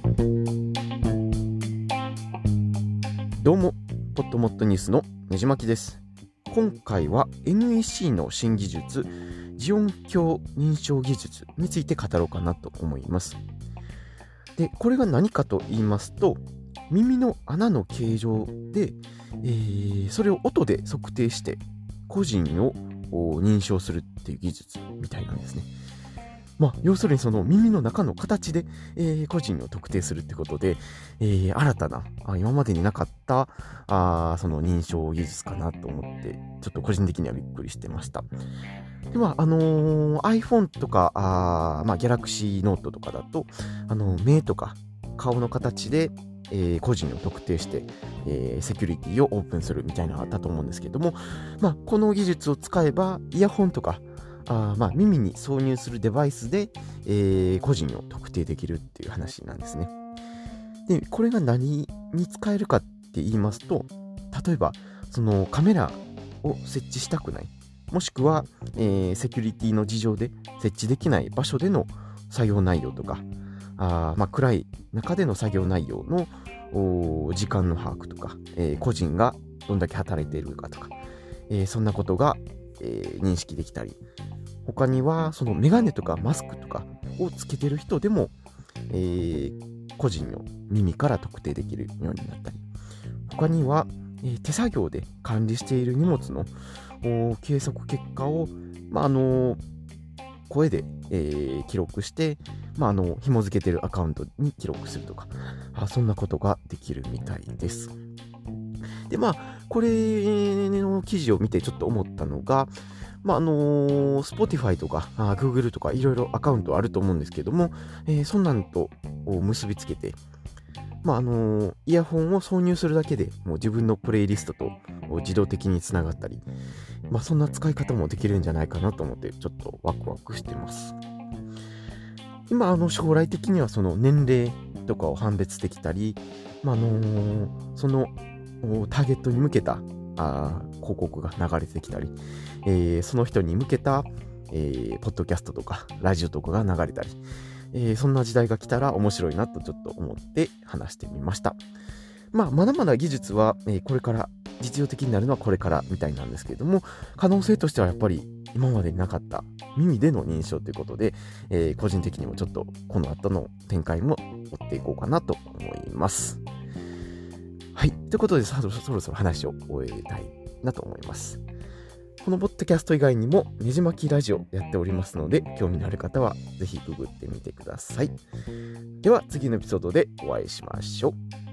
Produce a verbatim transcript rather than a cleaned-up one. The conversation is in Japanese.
どうも、ポットモットニュースのねじまきです。今回は エヌイーシー の新技術、ジオン鏡認証技術について語ろうかなと思います。で、これが何かと言いますと、耳の穴の形状で、えー、それを音で測定して個人を認証するっていう技術みたいなんですね。まあ、要するにその耳の中の形で、えー、個人を特定するってことで、えー、新たなあ今までになかったあその認証技術かなと思ってちょっと個人的にはびっくりしてました。でまああのー、iPhone とかあ、まあ、Galaxy Note とかだとあの目とか顔の形で、えー、個人を特定して、えー、セキュリティをオープンするみたいなのがあったと思うんですけども、まあ、この技術を使えばイヤホンとかあまあ耳に挿入するデバイスで、えー、個人を特定できるっていう話なんですね。で、これが何に使えるかって言いますと、例えばそのカメラを設置したくない、もしくは、えー、セキュリティの事情で設置できない場所での作業内容とか、あまあ暗い中での作業内容の時間の把握とか、えー、個人がどんだけ働いているかとか、えー、そんなことが、えー、認識できたり、他にはそのメガネとかマスクとかをつけてる人でも、えー、個人の耳から特定できるようになったり、他には、えー、手作業で管理している荷物の計測結果を、まああのー、声で、えー、記録して、まあ、あの紐付けてるアカウントに記録するとか、あそんなことができるみたいです。でまあこれの記事を見てちょっと思ったのが、まああのー、Spotify とかあ Google とかいろいろアカウントあると思うんですけども、えー、そんなんと結びつけて、まああのー、イヤホンを挿入するだけでもう自分のプレイリストと自動的につながったり、まあ、そんな使い方もできるんじゃないかなと思ってちょっとワクワクしてます。今あの将来的にはその年齢とかを判別できたり、まああのー、そのターゲットに向けたあ広告が流れてきたり、えー、その人に向けた、えー、ポッドキャストとかラジオとかが流れたり、えー、そんな時代が来たら面白いなとちょっと思って話してみました。まあ、まだまだ技術は、えー、これから実用的になるのはこれからみたいなんですけれども、可能性としてはやっぱり今までになかった耳での認証ということで、えー、個人的にもちょっとこの後の展開も追っていこうかなと思います。はい。ということで、そろそろ話を終えたいなと思います。このポッドキャスト以外にも、ねじまきラジオやっておりますので、興味のある方はぜひググってみてください。では、次のエピソードでお会いしましょう。